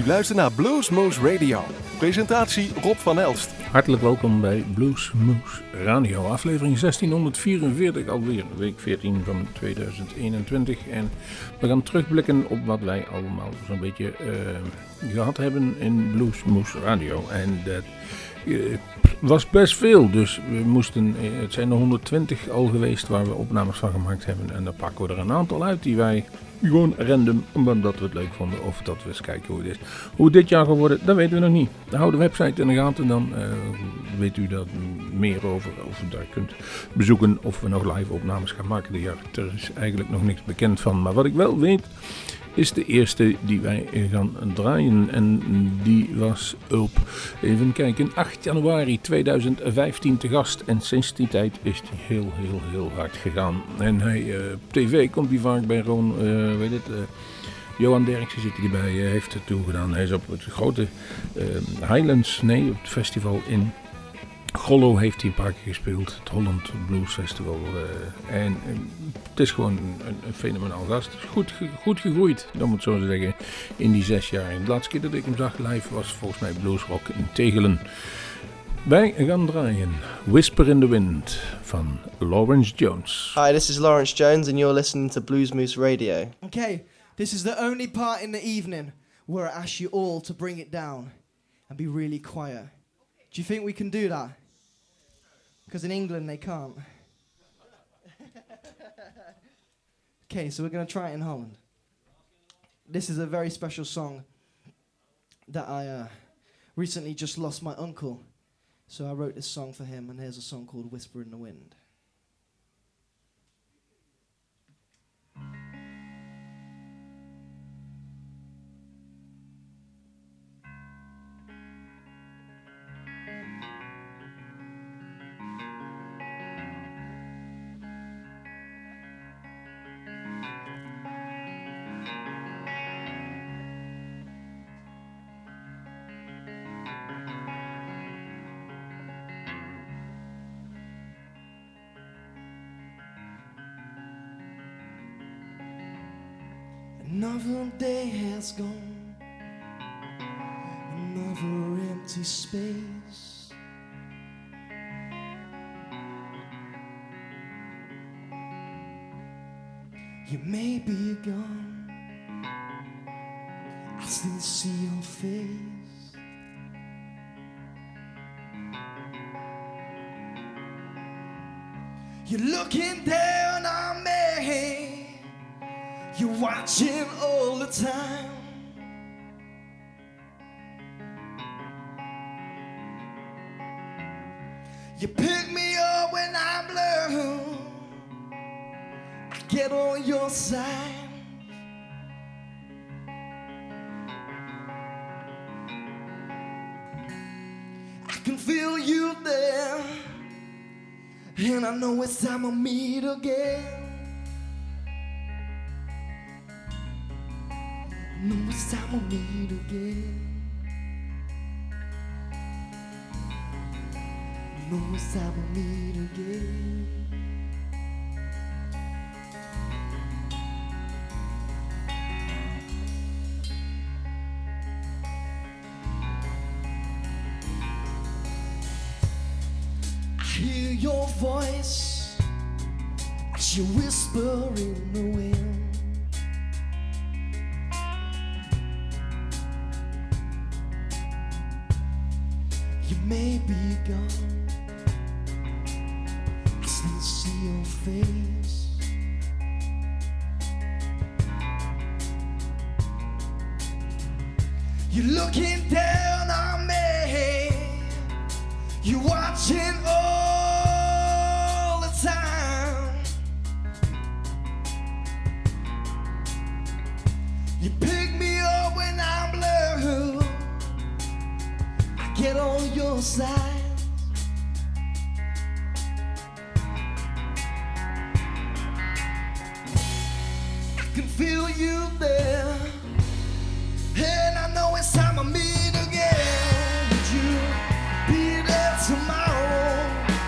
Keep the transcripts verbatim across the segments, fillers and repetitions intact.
U luistert naar Bluesmoose Radio. Presentatie Rob van Elst. Hartelijk welkom bij Bluesmoose Radio. Aflevering zestienhonderdvierenveertig alweer, week veertien van tweeduizend eenentwintig. En we gaan terugblikken op wat wij allemaal zo'n beetje uh, gehad hebben in Bluesmoose Radio. En dat uh, was best veel, dus we moesten, uh, het zijn er honderdtwintig al geweest waar we opnames van gemaakt hebben. En dan pakken we er een aantal uit die wij gewoon random, omdat we het leuk vonden of dat we eens kijken hoe het is. Hoe het dit jaar gaat worden, dat weten we nog niet. Hou de website in de gaten, dan uh, weet u daar meer over. Of u daar kunt bezoeken of we nog live opnames gaan maken dit jaar. Er is eigenlijk nog niks bekend van. Maar wat ik wel weet, is de eerste die wij gaan draaien. En die was op, even kijken, acht januari tweeduizend vijftien te gast. En sinds die tijd is hij heel, heel, heel hard gegaan. En hij, uh, op tv komt hij vaak bij Ron, uh, weet het, uh, Johan Derksen zit hij erbij, uh, heeft het toegedaan. Hij is op het grote uh, Highlands, nee, op het festival in Gollo heeft hij een paar keer gespeeld, het Holland Blues Festival. Uh, en uh, het is gewoon een, een fenomenaal gast. Goed, goed gegroeid, dan moet ik zo zeggen, in die zes jaar. En de laatste keer dat ik hem zag live was volgens mij Bluesrock in Tegelen. Wij gaan draaien Whisper in the Wind van Lawrence Jones. Hi, this is Lawrence Jones and you're listening to Bluesmoose Radio. Okay, this is the only part in the evening where I ask you all to bring it down and be really quiet. Do you think we can do that? Because in England they can't. Okay, so we're going to try it in Holland. This is a very special song that I uh, recently just lost my uncle. So I wrote this song for him, and here's a song called Whisper in the Wind. Another day has gone, another empty space. You may be gone, I still see your face. You're looking down on me, you're watching all the time. You pick me up when I'm blue, I get on your side. I can feel you there, and I know it's time to meet again. No, it's time we'll meet again. No, it's time we'll meet again. I hear your voice as you whisper in the wind. May be gone, I still see your face. You're looking down on me, you're watching all the time. You pick me up when I'm blue, get on your side. I can feel you there, and I know it's time to meet again. Would you be there tomorrow?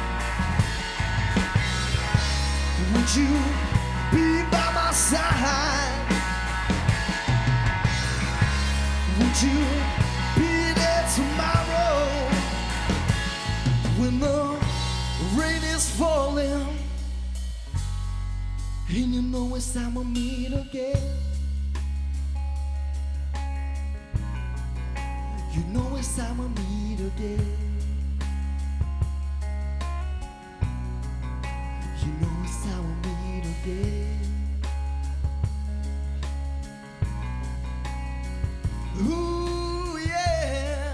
Would you be by my side? Would Would you be there tomorrow when the rain is falling and you know it's time to meet again? You know it's time to meet again. You know it's time to meet again. Ooh, yeah.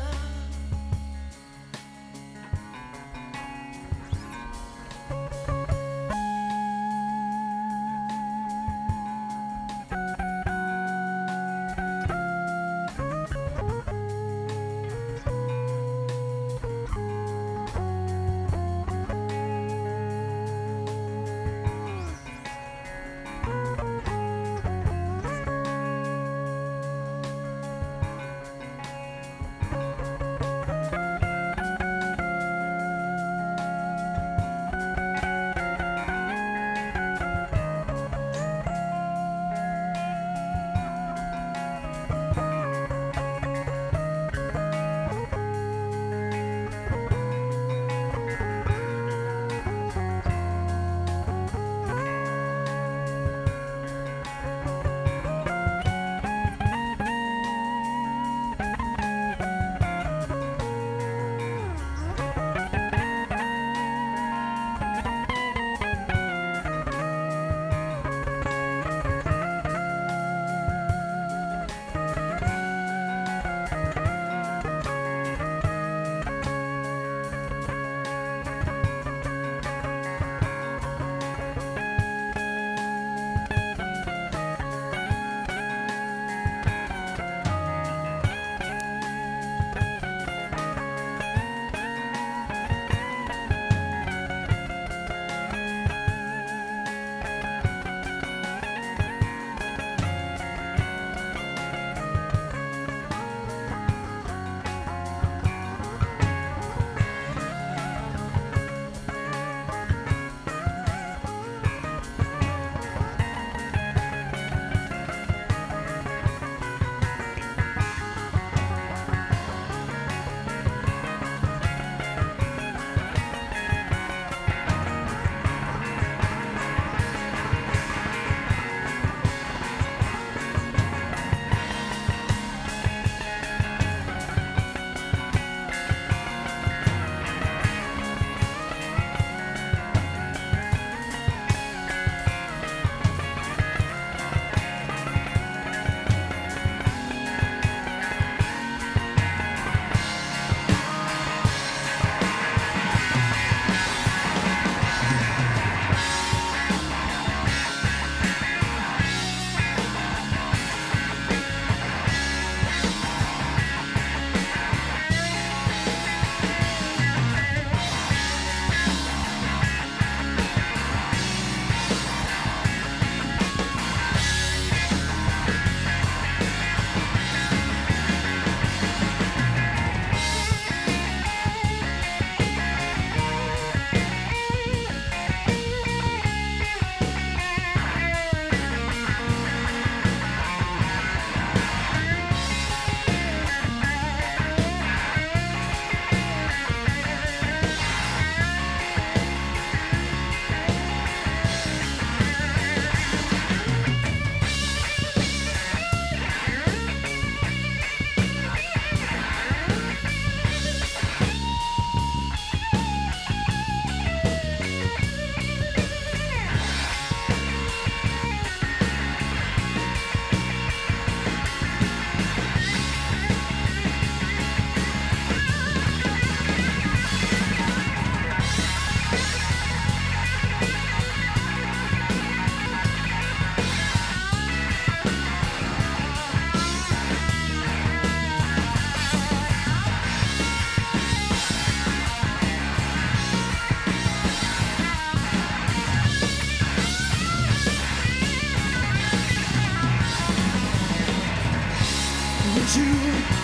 Would you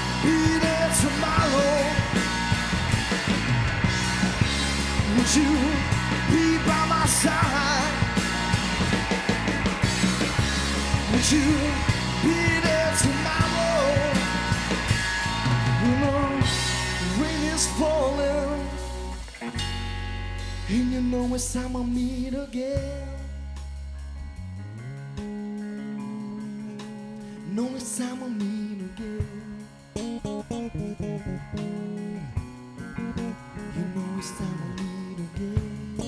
be there tomorrow? Would you be by my side? Would you be there tomorrow know it's time we'll meet again. Know it's time we'll meet again. You know it's time we'll meet again.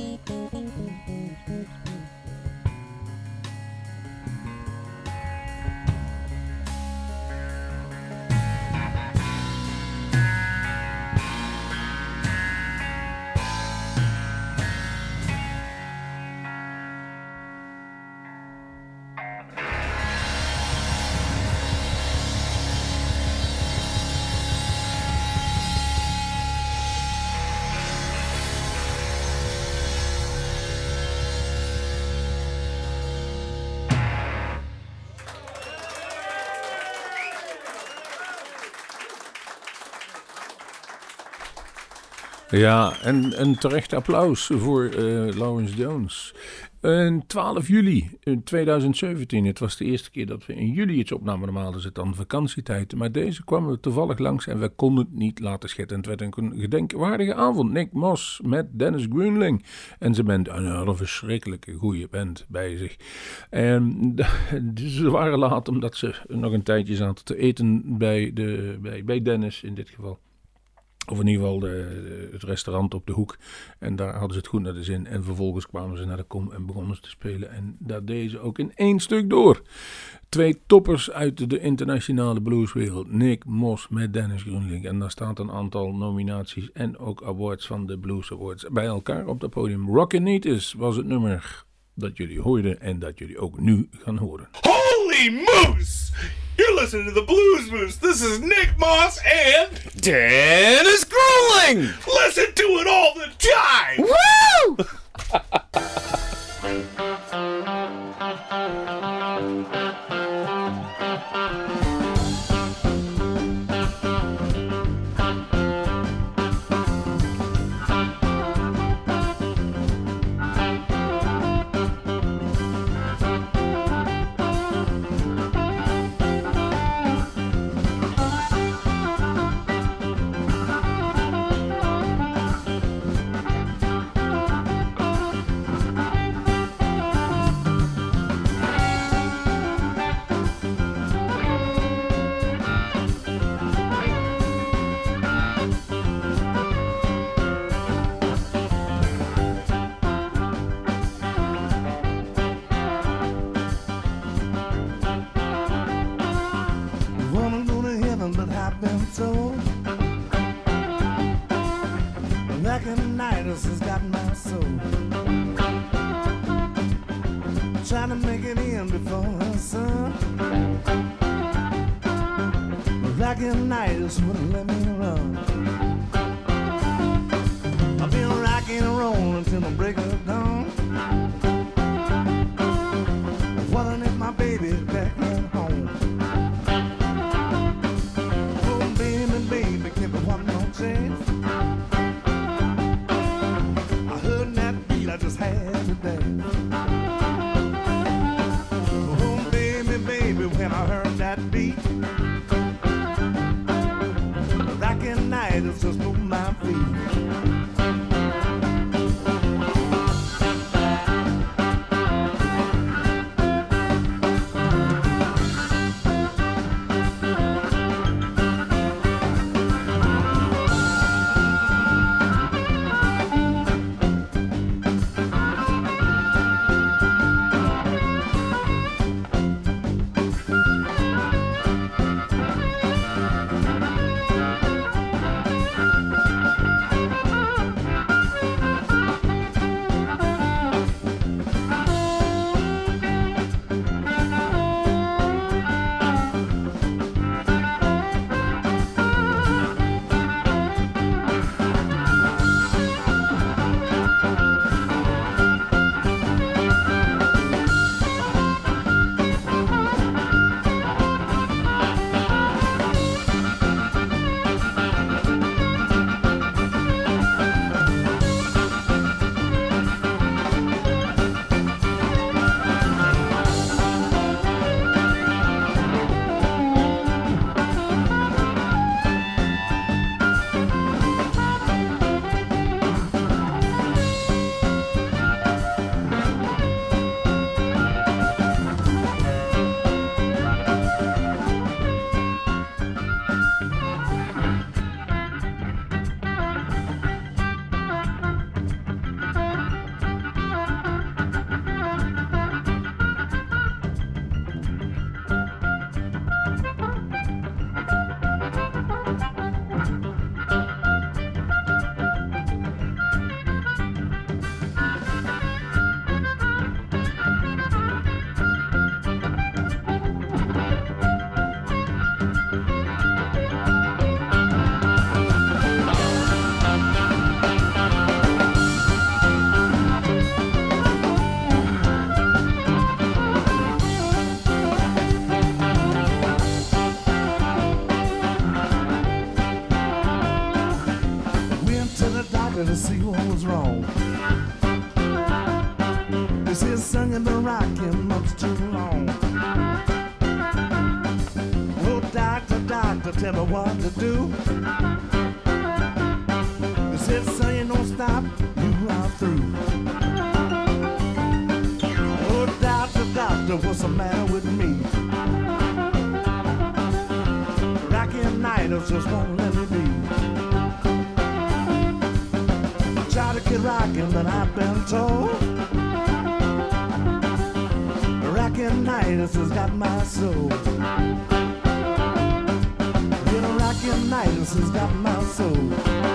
Ja, en een terecht applaus voor uh, Lawrence Jones. Uh, twaalf juli tweeduizend zeventien, het was de eerste keer dat we in juli iets opnamen. Normaal is het dan vakantietijd, maar deze kwam er toevallig langs en we konden het niet laten schieten. Het werd een gedenkwaardige avond. Nick Moss met Dennis Greenling en zijn band, een hele verschrikkelijke goede band bij zich. En ze waren laat omdat ze nog een tijdje zaten te eten bij, de, bij, bij Dennis in dit geval. Of in ieder geval de, het restaurant op de hoek. En daar hadden ze het goed naar de zin. En vervolgens kwamen ze naar de kom en begonnen ze te spelen. En dat deden ze ook in één stuk door. Twee toppers uit de internationale blueswereld. Nick Moss met Dennis Greenling. En daar staat een aantal nominaties en ook awards van de Blues Awards bij elkaar op dat podium. Rockin' Neat was het nummer dat jullie hoorden en dat jullie ook nu gaan horen. Holy moose! You're listening to the Blues Moose. This is Nick Moss and Dennis Greenling. Listen to it all the time. Woo! Has got my soul, trying to make it in before the sun. Rockin' wouldn't let me run. I've been rocking and rolling until the break of dawn. Wondering if my baby's back at home. Oh baby, baby, give me one more chance. I just had to dance. Oh baby, baby, when I heard that beat, doctor tell me what to do. He said, son, you don't stop, you are through. Oh, doctor, doctor, what's the matter with me? Rockin' just won't let me be. I try to get rockin', but I've been told Rockin'-itis has got my soul. Yeah, Rockin-itis has got my soul.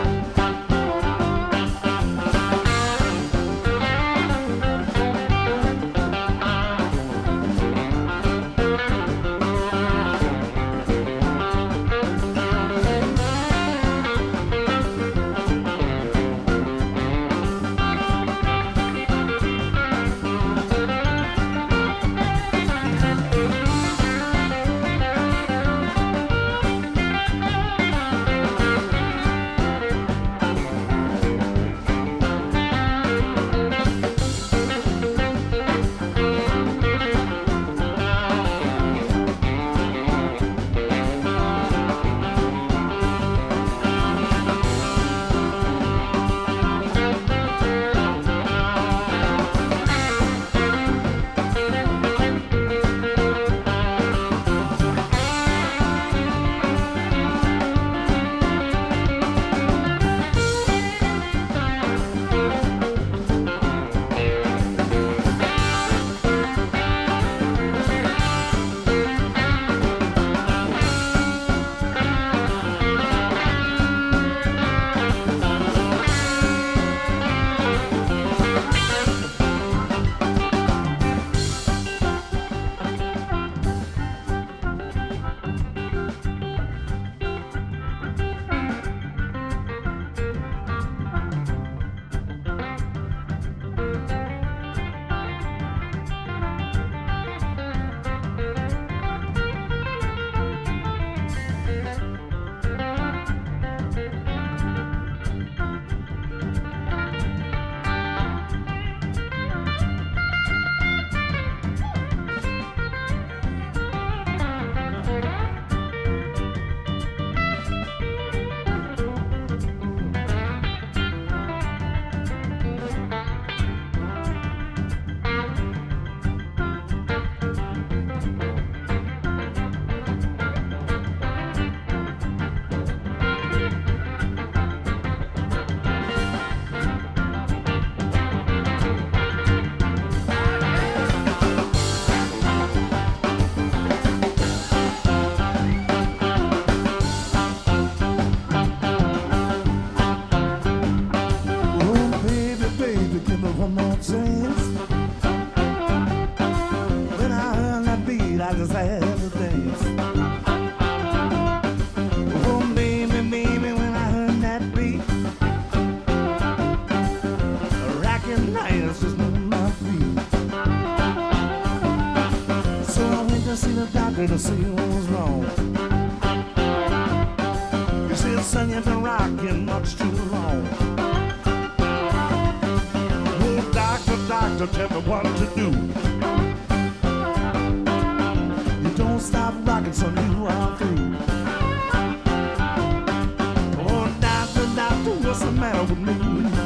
To see what was wrong. You said, son, you've been rocking much too long. Oh, doctor, doctor, tell me what to do. You don't stop rocking, son, you are through. Oh, doctor, doctor, what's the matter with me?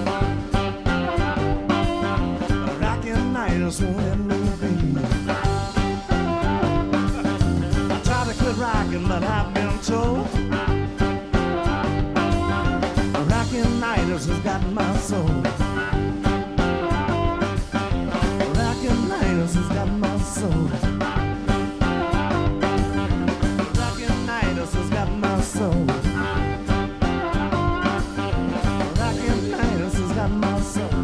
Rockin'-itis won't let me be. Rockin', but I've been told Rockin'-itis has got my soul. Rockin'-itis has got my soul. Rockin'-itis has got my soul. Rockin'-itis has got my soul.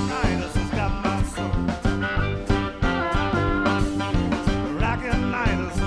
Rockin'-itis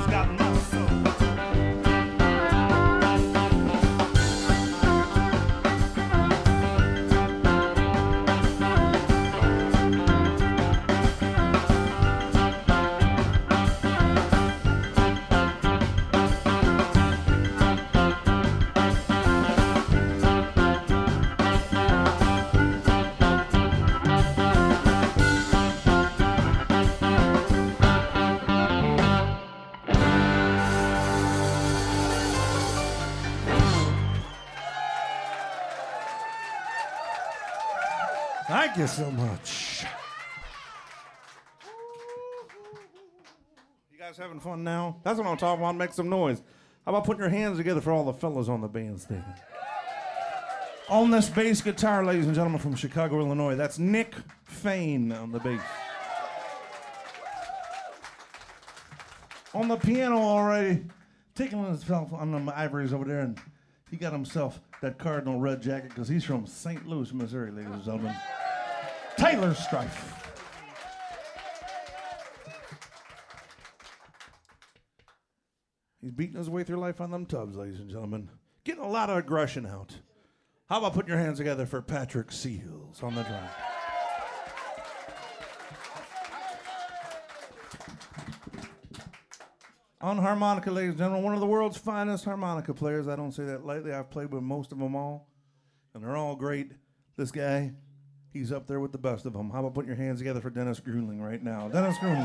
Thank you so much. You guys having fun now? That's what I'm talking about. Make some noise. How about putting your hands together for all the fellas on the bandstand? On this bass guitar, ladies and gentlemen, from Chicago, Illinois, that's Nick Fain on the bass. On the piano already, taking himself on the ivories over there, and he got himself that cardinal red jacket because he's from Saint Louis, Missouri, ladies and gentlemen. Tyler Strife. He's beating his way through life on them tubs, ladies and gentlemen. Getting a lot of aggression out. How about putting your hands together for Patrick Seals on the drum? On harmonica, ladies and gentlemen, one of the world's finest harmonica players. I don't say that lightly. I've played with most of them all, and they're all great. This guy, he's up there with the best of them. How about putting your hands together for Dennis Grunling right now? Dennis Grunling.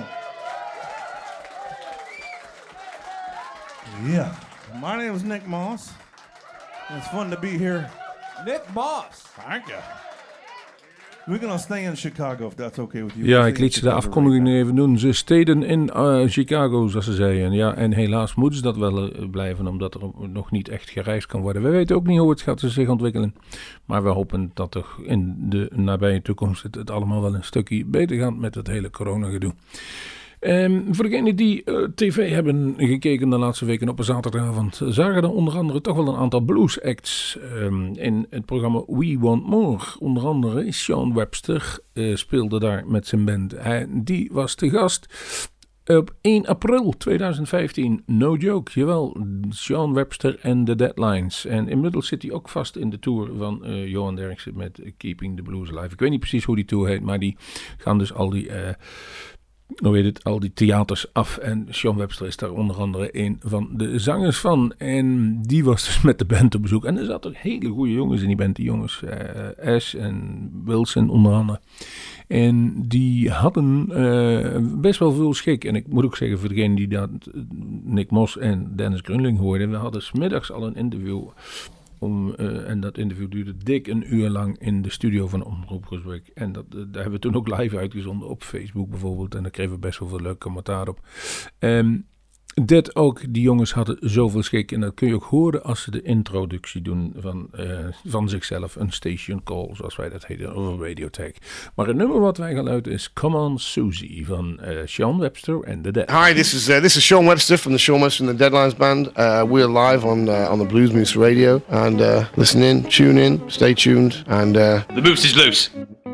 Yeah. My name is Nick Moss. It's fun to be here. Nick Moss. Thank you. We're gonna stay in Chicago, if that's okay with you. Ja, ik liet ze de afkondiging even doen. Ze steden in uh, Chicago, zoals ze zeiden. Ja, en helaas moeten ze dat wel uh, blijven, omdat er nog niet echt gereisd kan worden. We weten ook niet hoe het gaat zich ontwikkelen. Maar we hopen dat er in de nabije toekomst het, het allemaal wel een stukje beter gaat met het hele coronagedoe. Um, voor degenen die uh, tv hebben gekeken de laatste weken op een zaterdagavond, zagen er onder andere toch wel een aantal blues acts um, in het programma We Want More. Onder andere Sean Webster uh, speelde daar met zijn band. Hij, die was te gast op één april tweeduizend vijftien. No joke, jawel. Sean Webster en The Deadlines. En inmiddels zit hij ook vast in de tour van uh, Johan Derksen met Keeping the Blues Alive. Ik weet niet precies hoe die tour heet, maar die gaan dus al die... Uh, Hoe weet het, al die theaters af. En Sean Webster is daar onder andere een van de zangers van. En die was dus met de band op bezoek. En er zaten hele goede jongens in die band. Die jongens, uh, Ash en Wilson onder andere. En die hadden uh, best wel veel schik. En ik moet ook zeggen, voor degene die dat Nick Moss en Dennis Grunling hoorden. We hadden 's middags al een interview. Om, uh, en dat interview duurde dik een uur lang in de studio van Omroep Groesbeek. En dat, uh, daar hebben we toen ook live uitgezonden op Facebook bijvoorbeeld. En daar kregen we best wel veel leuk commentaar op. Um, dat ook, die jongens hadden zoveel schik. En dat kun je ook horen als ze de introductie doen van, uh, van zichzelf. Een station call, zoals wij dat heten, of een radiotag. Maar het nummer wat wij gaan luiden is Come On Susie van uh, Sean Webster en The Dead. Hi, this is uh, this is Sean Webster from the Sean Webster and the Deadlines Band. Uh, we're live on uh, on the Blues Moose Radio. And uh, listen in, tune in, stay tuned. And uh, the moose is loose.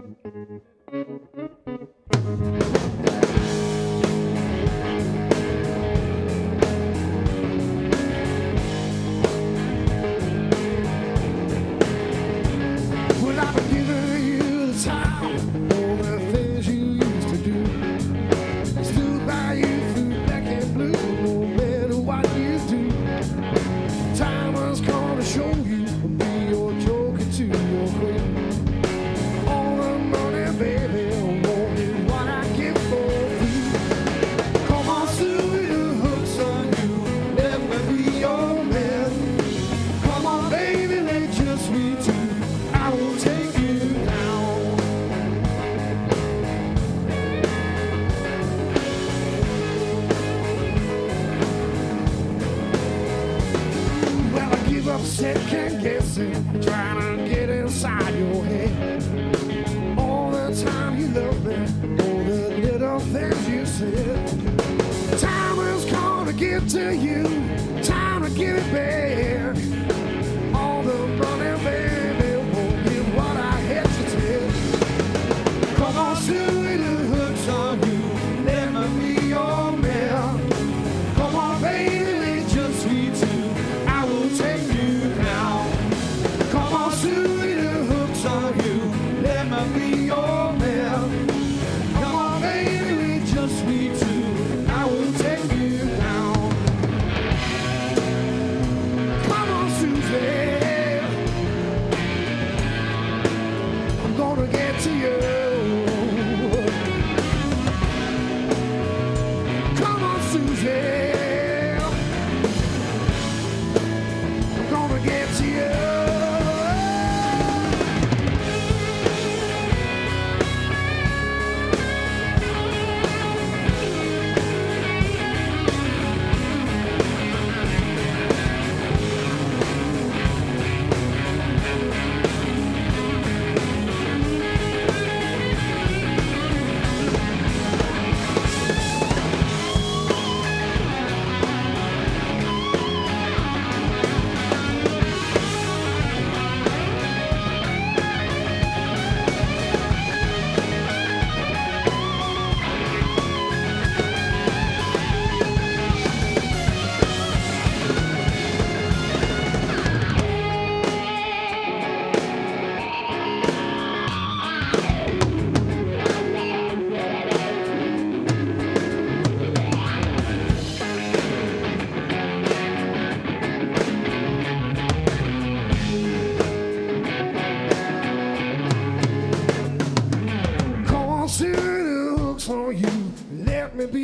Second guessing, trying to get inside your head. All the time you love me, all the little things you said. Time has come to give to you, time to give it back. All the money, baby, won't be what I had to tell. Come on, sweet, the hook's on you, let me be your man. Come on, baby, it's just sweet too, I will take you. Be your man. Come on, baby, we just need to. I will take you down. Come on, Susie. I'm gonna get to you. Come on, Susie. I'm gonna get to you.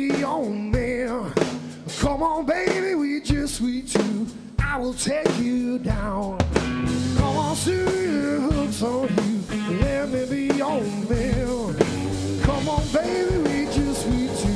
be on me. Come on, baby, we just sweet too. I will take you down. Come on, Sue, hooks on you. Let me be on me. Come on, baby, we just sweet too.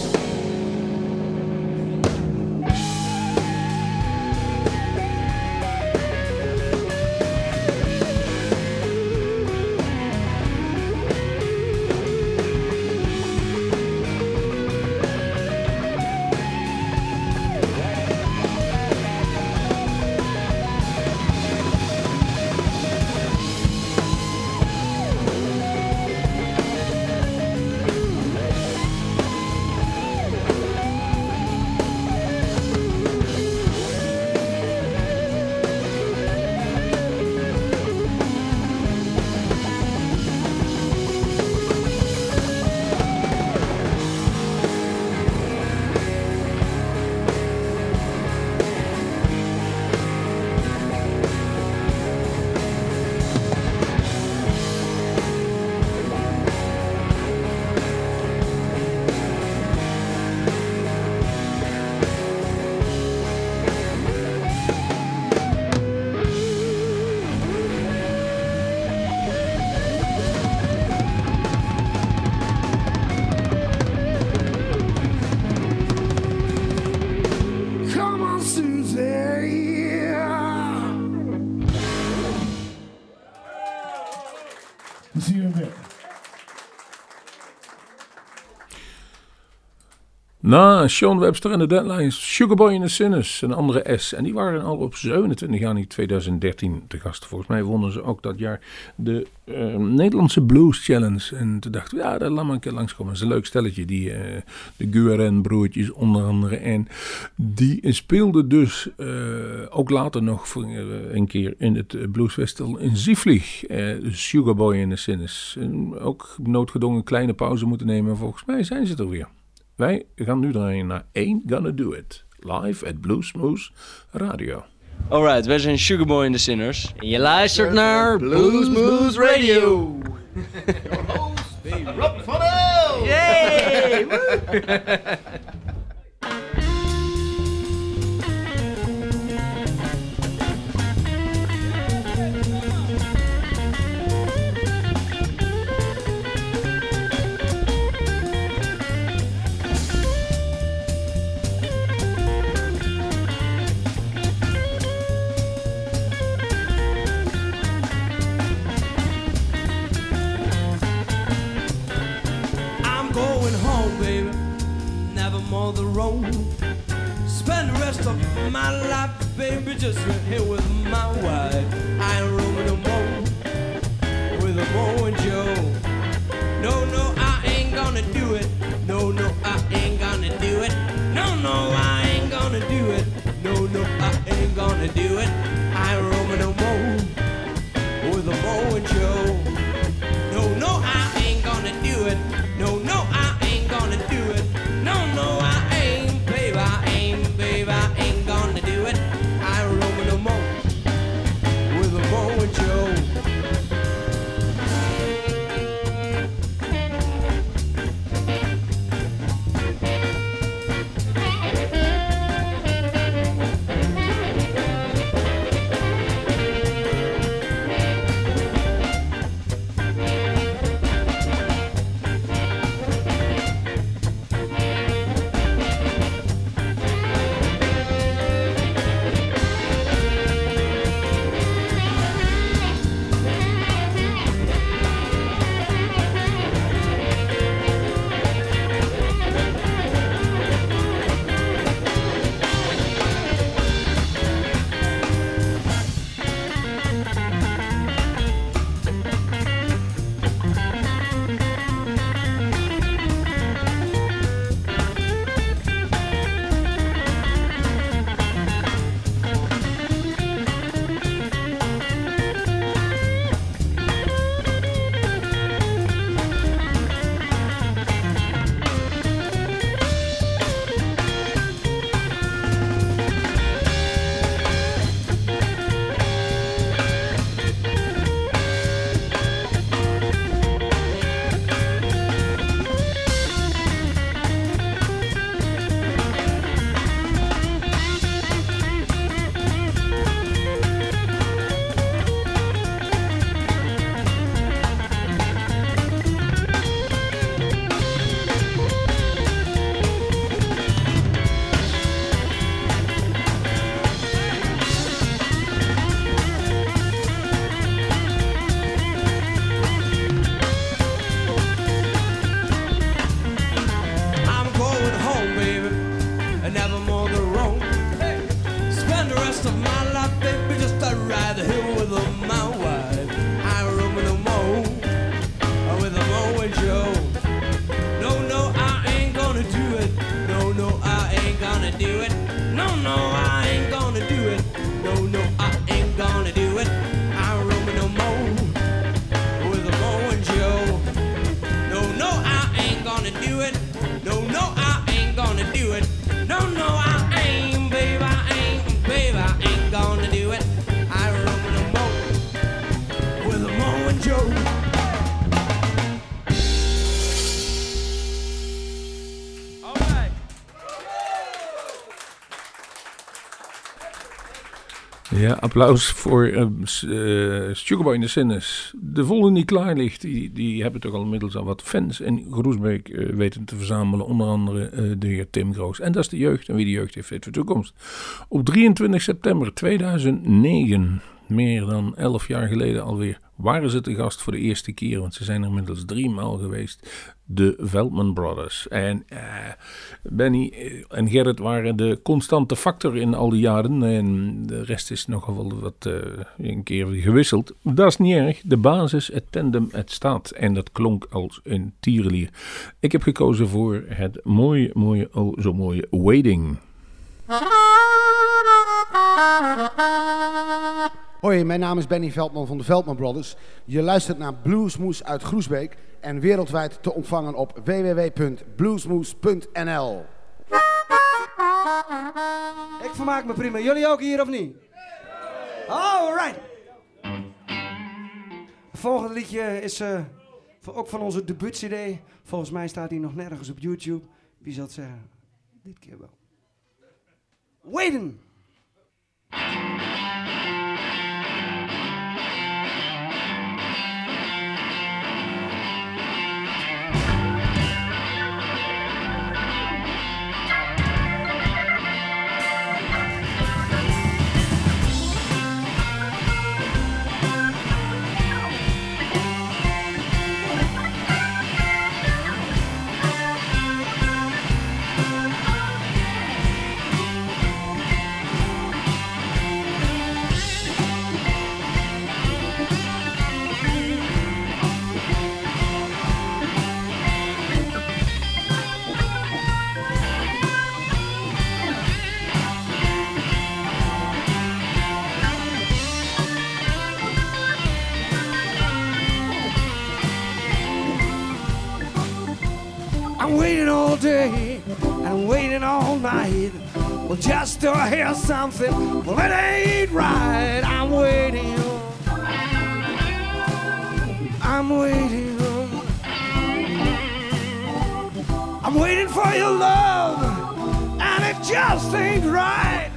Na Sean Webster en de Deadlines, Sugarboy and the Sinners, een andere S. En die waren al op zevenentwintig januari tweeduizend dertien te gast. Volgens mij wonnen ze ook dat jaar de uh, Nederlandse Blues Challenge. En toen dachten we, ja, daar laat maar een keer langskomen. Dat is een leuk stelletje, die, uh, de Guerin broertjes onder andere. En die speelden dus uh, ook later nog voor, uh, een keer in het Blues Festival in Zieflig. Uh, Sugarboy and the Sinners. En ook noodgedwongen kleine pauze moeten nemen. Volgens mij zijn ze er weer. Wij gaan nu draaien naar Ain't Gonna Do It, live at Bluesmoose Radio. Alright, wij zijn Sugarboy and the Sinners. En je luistert naar Bluesmoose Radio. Your host, the Rob van El. Yay! On the road, spend the rest of my life, baby, just here with my wife. I ain't roaming no more with a Mo and Joe. No, no, I ain't gonna do it. No, no, I ain't gonna do it. No, no, I ain't gonna do it. No, no, I ain't gonna do it. I ain't roaming no more with a Mo and Joe. No, no, I ain't gonna do it. No, no, I ain't gonna do it. No, no, I ain't, babe, I ain't, babe, I ain't gonna do it. I ain't roaming no more with a Mo and Joe. gonna do it. No, no, I ain't gonna do it. No, no, I ain't gonna do it. I ain't roaming no more with a mowing Joe. No, no, I ain't gonna do it. No, no, I ain't gonna do it. No, no, I ain't, babe, I ain't, babe, I ain't gonna do it. I ain't roaming no more with a mowing Joe. Ja, applaus voor uh, uh, Sugarboy and the Sinners. De volgende die klaar ligt, die, die hebben toch al inmiddels al wat fans in Groesbeek uh, weten te verzamelen. Onder andere uh, de heer Tim Groos. En dat is de jeugd. En wie de jeugd heeft, heeft voor de toekomst. Op drieëntwintig september tweeduizend negen, meer dan elf jaar geleden alweer, waren ze te gast voor de eerste keer. Want ze zijn er inmiddels drie maal geweest. De Veldman Brothers. En uh, Benny en Gerrit waren de constante factor in al die jaren. En de rest is nogal wel wat uh, een keer gewisseld. Dat is niet erg. De basis, het tandem, het staat. En dat klonk als een tierenlier. Ik heb gekozen voor het mooie, mooie, oh zo mooie Waiting. Hoi, mijn naam is Benny Veldman van de Veldman Brothers. Je luistert naar Bluesmoes uit Groesbeek en wereldwijd te ontvangen op w w w punt bluesmoes punt n l. Ik vermaak me prima. Jullie ook hier of niet? Alright. Het volgende liedje is uh, ook van onze debuut-cd. Volgens mij staat hij nog nergens op YouTube. Wie zal het zeggen? Dit keer wel. Waiting. I'm waiting all day, and I'm waiting all night. Well, just to hear something, well, it ain't right. I'm waiting, I'm waiting, I'm waiting for your love, and it just ain't right.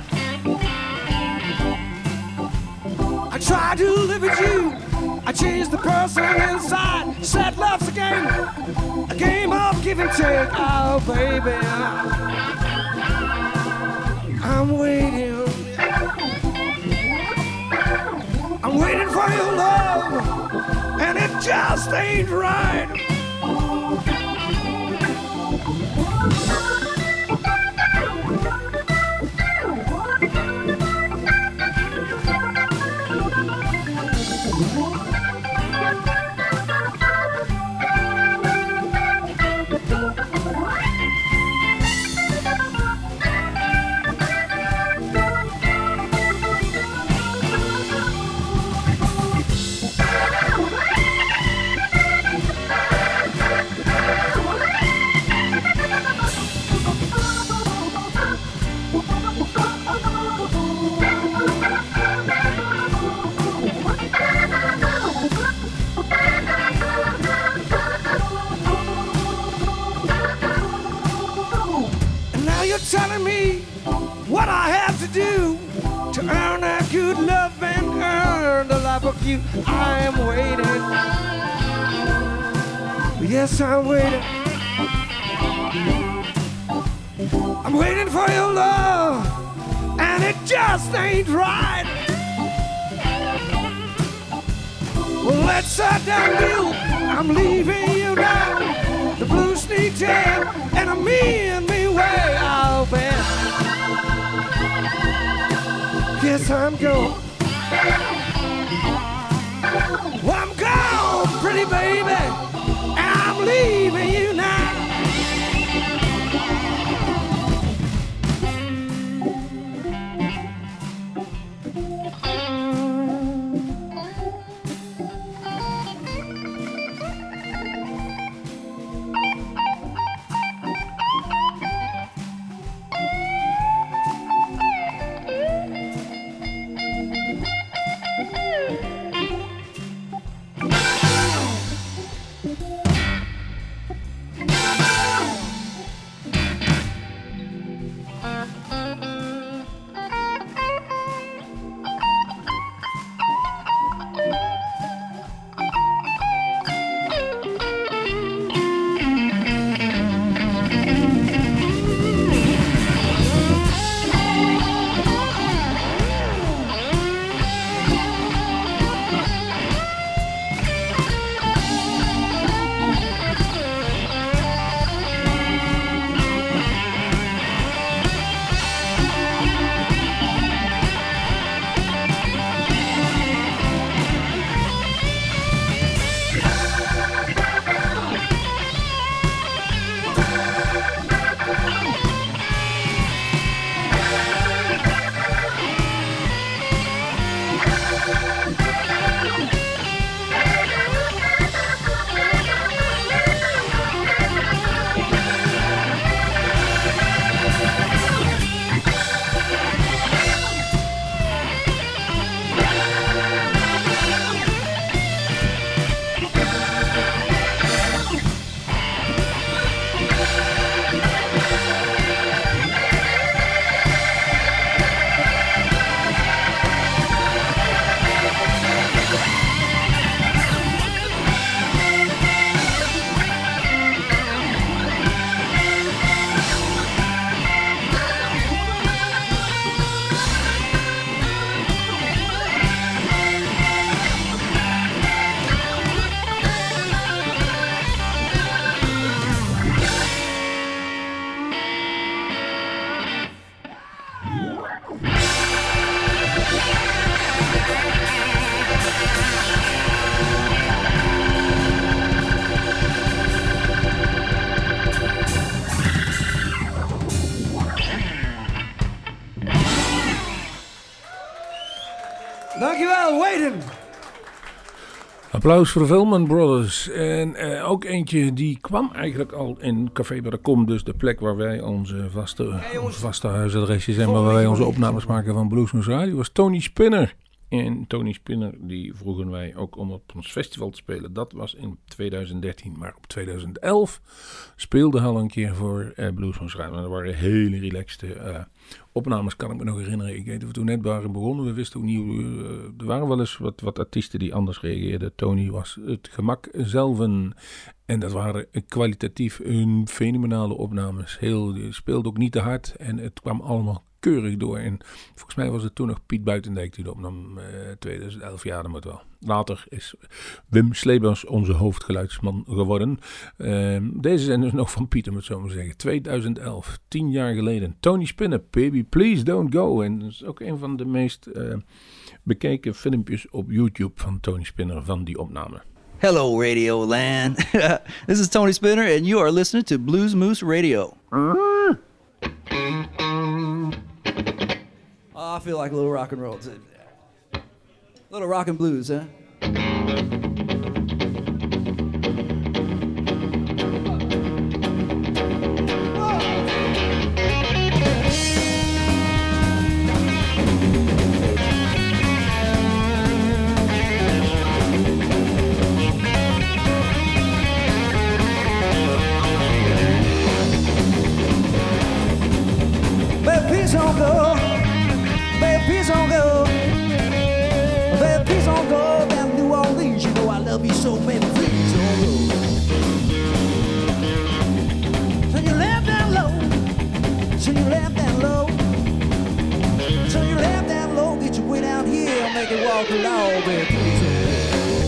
I try to live with you, I changed the person inside. Said love's a game, a game of give and take. Oh, baby, I'm waiting, I'm waiting for your love, and it just ain't right. Telling me what I have to do to earn that good love and earn the love of you. I am waiting. Yes, I'm waiting. I'm waiting for your love, and it just ain't right. Well, let's sit down, Bill. I'm leaving you now. The blues sneak jam, and I'm me and me way out there. Yes, I'm gone. Well, I'm gone, pretty baby, and I'm leaving you now. Dankjewel, Waden. Applaus voor de Velman Brothers. En uh, ook eentje die kwam eigenlijk al in Café bij de Kom. Dus de plek waar wij onze vaste, hey, onze vaste huisadresjes zijn. Waar wij onze opnames maken van Bluesmoes Radio. Was Tony Spinner. En Tony Spinner die vroegen wij ook om op ons festival te spelen. Dat was in twintig dertien. Maar op twintig elf speelde hij al een keer voor uh, Bluesmoes Radio. En dat waren hele relaxte uh, opnames, kan ik me nog herinneren. Ik weet dat we toen net waren begonnen. We wisten ook niet hoe... Uh, er waren wel eens wat, wat artiesten die anders reageerden. Tony was het gemak zelf. En, en dat waren kwalitatief een fenomenale opnames. Heel, die speelde ook niet te hard. En het kwam allemaal keurig door. En volgens mij was het toen nog Piet Buitendijk die de opnam. Uh, twintig elf jaar, dat moet wel. Later is Wim Sleebers onze hoofdgeluidsman geworden. Uh, deze zijn dus nog van Piet, om het zo maar te zeggen. twintig elf, tien jaar geleden. Tony Spinner, Baby Please Don't Go. En dat is ook een van de meest uh, bekeken filmpjes op YouTube van Tony Spinner van die opname. Hello, Radio Land. This is Tony Spinner and you are listening to Blues Moose Radio. Oh, I feel like a little rock and roll. A little rock and blues, huh? Baby, please don't go. Baby, please don't go. Baby, please don't go down New Orleans. You know I love you so, baby, please don't go. So you left down low. So you left down low. So you left down low. Get your way down here. I'll make it walk along, baby, please don't go.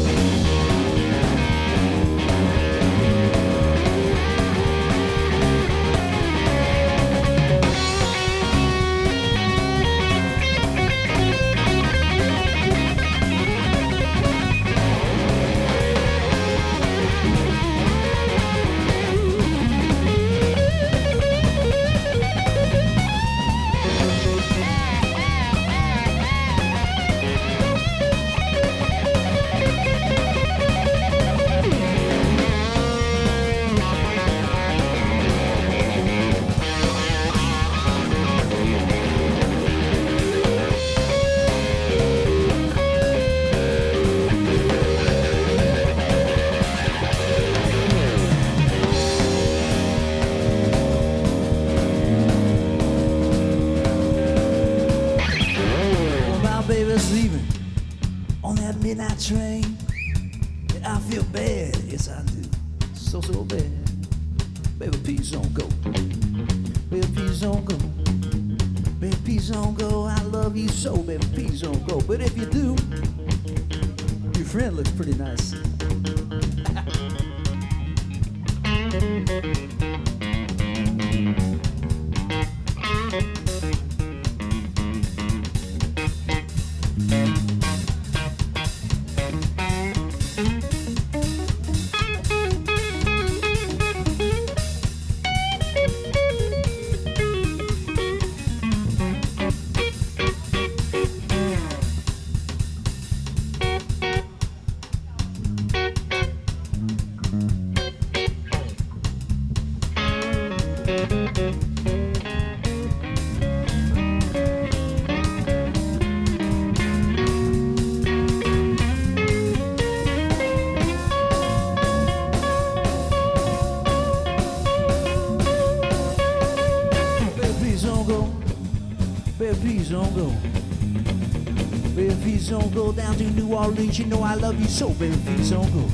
Train, and I feel bad, yes I do, so so bad. Baby, please don't go. Baby, please don't go. Baby, please don't go. I love you so, baby, please don't go. But if you do, your friend looks pretty nice. Don't go down to New Orleans, you know I love you so, baby, please don't go.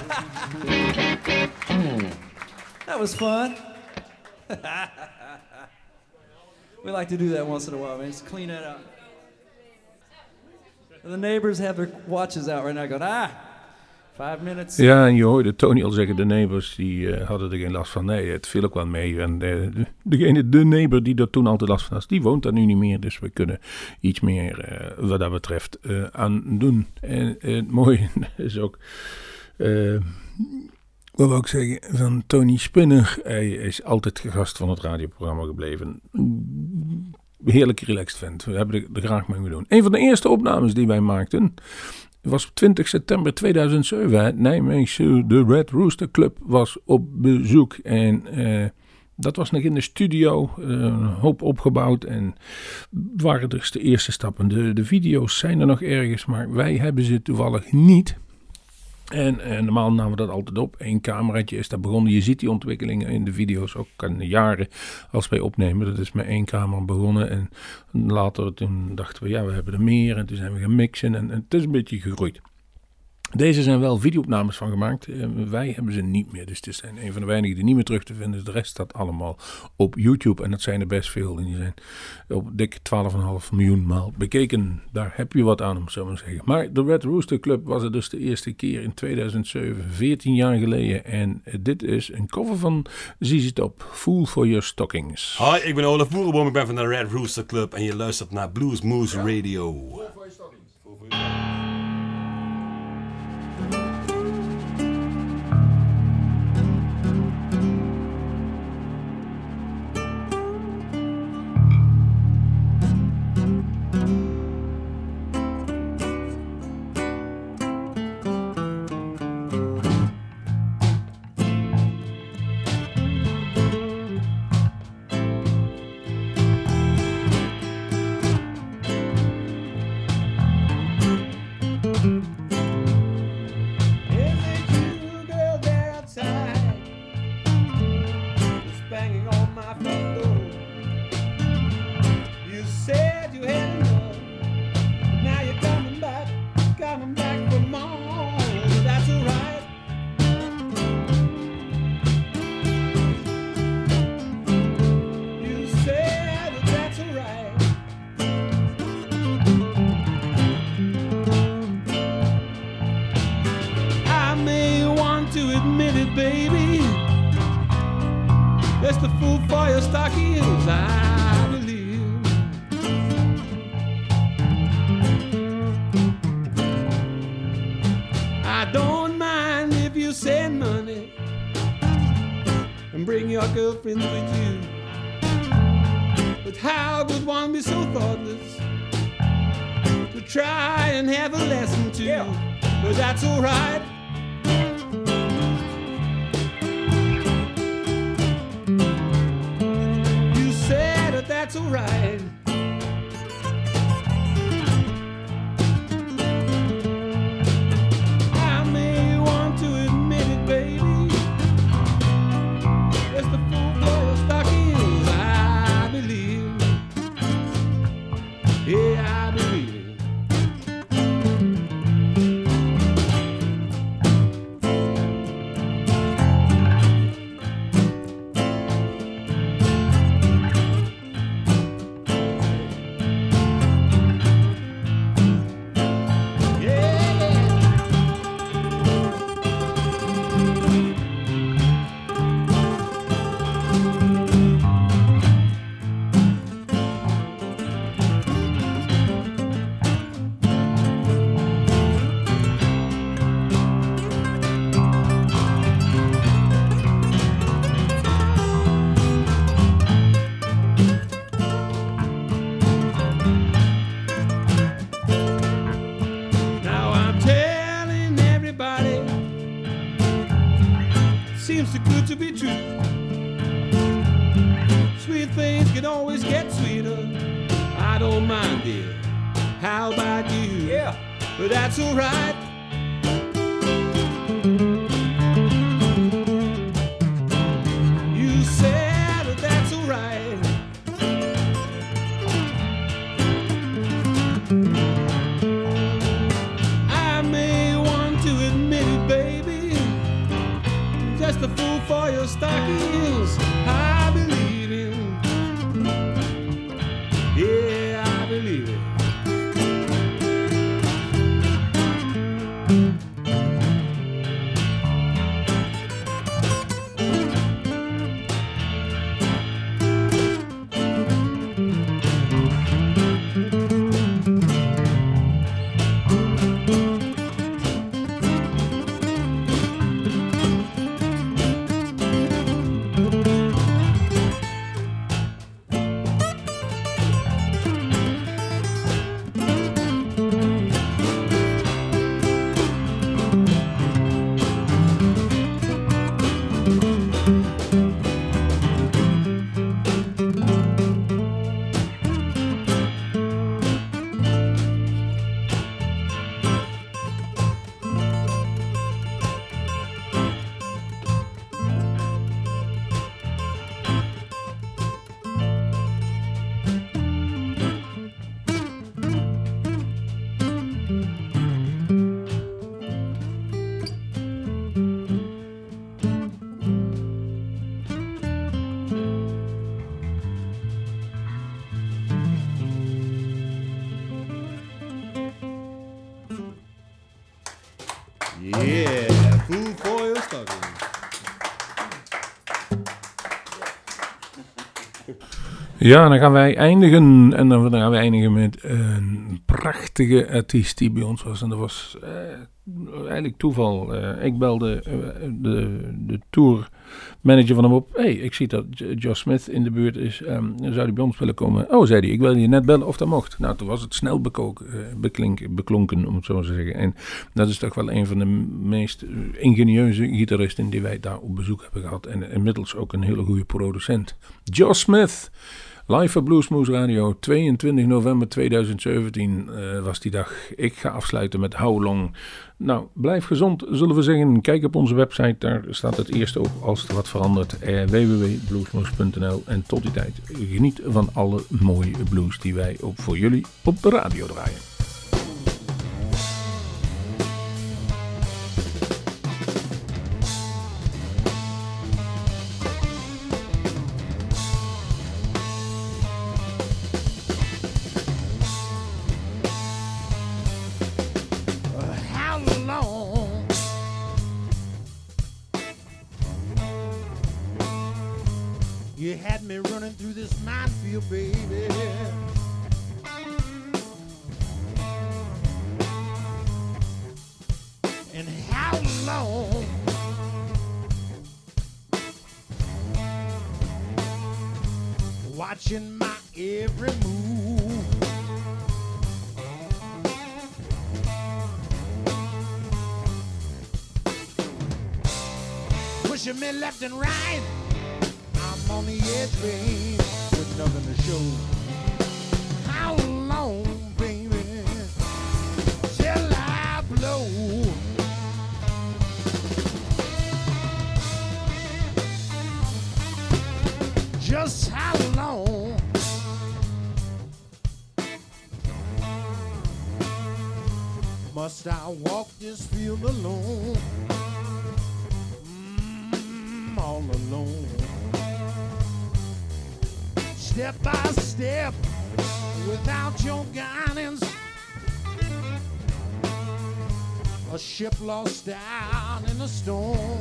That was fun. We like to do that once in a while, man. Just clean that out. The neighbors have their watches out right now going, ah, five minutes. Ja, en je hoorde Tony al zeggen, de neighbors die uh, hadden er geen last van. Nee, het viel ook wel mee. En uh, degene, de neighbor die er toen altijd last van had, die woont daar nu niet meer. Dus we kunnen iets meer uh, wat dat betreft uh, aan doen. En uh, het mooie is ook... Uh, Wat wil ik zeggen, van Tony Spinner. Hij is altijd gast van het radioprogramma gebleven. Heerlijk relaxed vent. We hebben er graag mee gedaan. Een van de eerste opnames die wij maakten was op twintig september tweeduizend zeven. Het Nijmeegse de Red Rooster Club was op bezoek. En uh, dat was nog in de studio. Uh, een hoop opgebouwd. En waren dus de eerste stappen. De, de video's zijn er nog ergens, maar wij hebben ze toevallig niet. En, en normaal namen we dat altijd op. Eén cameraatje is daar begonnen. Je ziet die ontwikkelingen in de video's ook in de jaren als wij opnemen. Dat is met één camera begonnen. En later toen dachten we, ja, we hebben er meer. En toen zijn we gaan mixen. En, en het is een beetje gegroeid. Deze zijn wel videoopnames van gemaakt. Uh, wij hebben ze niet meer. Dus het zijn een van de weinigen die niet meer terug te vinden is. De rest staat allemaal op YouTube. En dat zijn er best veel. En die zijn op dik twaalf komma vijf miljoen maal bekeken. Daar heb je wat aan, om zo maar te zeggen. Maar de Red Rooster Club was er dus de eerste keer in tweeduizend zeven. veertien jaar geleden. En dit is een cover van Z Z Top. Fool for Your Stockings. Hoi, ik ben Olaf Boerenboom. Ik ben van de Red Rooster Club. En je luistert naar Blues Moose Radio. Fool for Your Stockings. Fool for Your Stockings. Girlfriends with you, but how could one be so thoughtless to try and have a lesson too? Yeah. But that's alright. You said that that's alright. I may want to admit it, baby. The fool for your stockings, I believe. Yeah, I believe. Baby just a fool for your stockings. I believe him. Yeah, I believe it. Yeah, food for your stocking. Ja, dan gaan wij eindigen. En dan gaan we eindigen met een prachtige artiest die bij ons was. En dat was uh, eigenlijk toeval. Uh, ik belde uh, de, de tourmanager van hem op. Hé, hey, ik zie dat Josh Smith in de buurt is. Um, zou hij bij ons willen komen? Oh, zei hij, ik wil je net bellen of dat mocht. Nou, toen was het snel bekoken, uh, beklink, beklonken, om het zo te zeggen. En dat is toch wel een van de meest ingenieuze gitaristen die wij daar op bezoek hebben gehad. En inmiddels ook een hele goede producent. Josh Smith. Live op Bluesmoose Radio, tweeëntwintig november tweeduizend zeventien uh, was die dag. Ik ga afsluiten met How Long. Nou, blijf gezond, zullen we zeggen. Kijk op onze website, daar staat het eerst op als er wat verandert. Uh, w w w punt bluesmoose punt n l. En tot die tijd, geniet van alle mooie blues die wij ook voor jullie op de radio draaien. You had me running through this minefield, baby. And how long? Watching my every move. Pushing me left and right. I'm on the edge, babe, with nothing to show. How long, baby, till I blow? Just how long? Must I walk this field alone? Mm, all alone. Step by step, without your guidance, a ship lost out in a storm.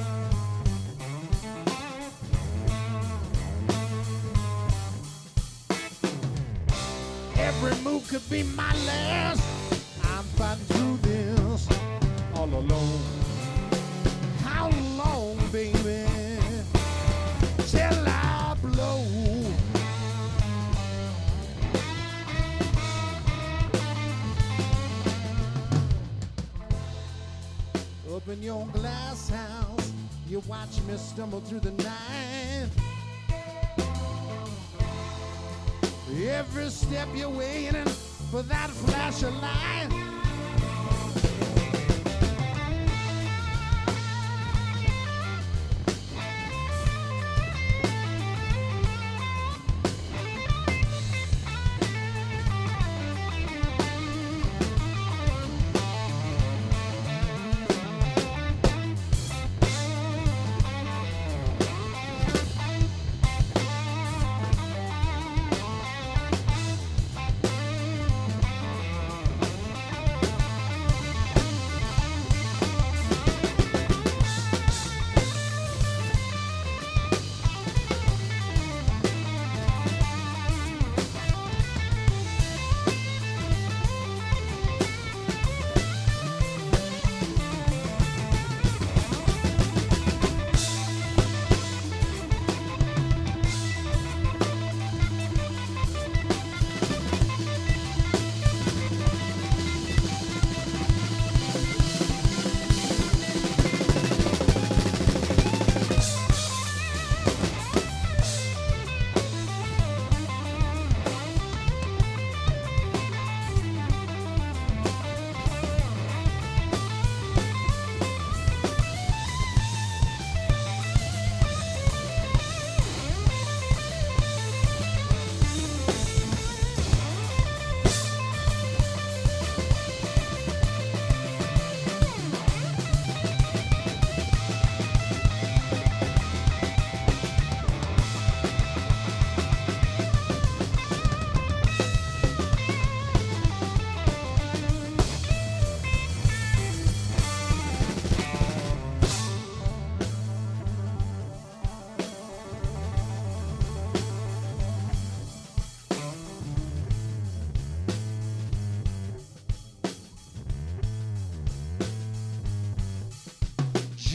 Every move could be my last. I'm fighting through this all alone. How long, baby, till I blow? Up in your glass house, you watch me stumble through the night. Every step you're waiting for that flash of light.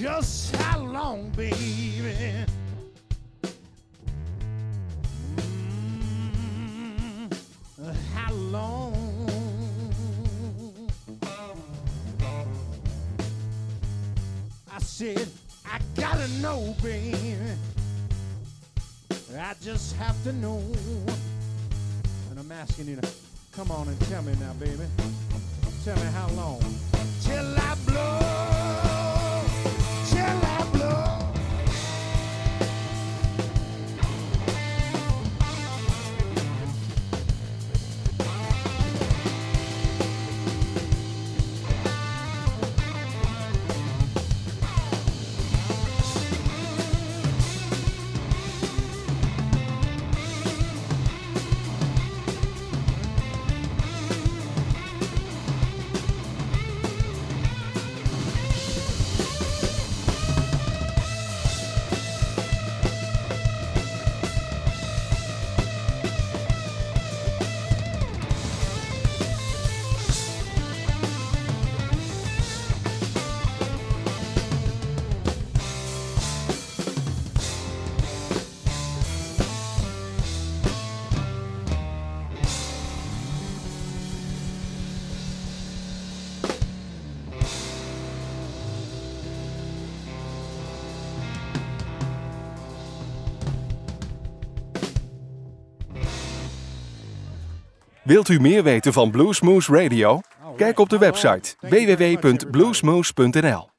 Just how long, baby? Mm, how long? I said, I gotta know, baby. I just have to know. And I'm asking you to come on and tell me now, baby. Tell me how long. Till I blow. Till I blow. Wilt u meer weten van Bluesmoose Radio? Kijk op de website w w w punt bluesmoose punt n l.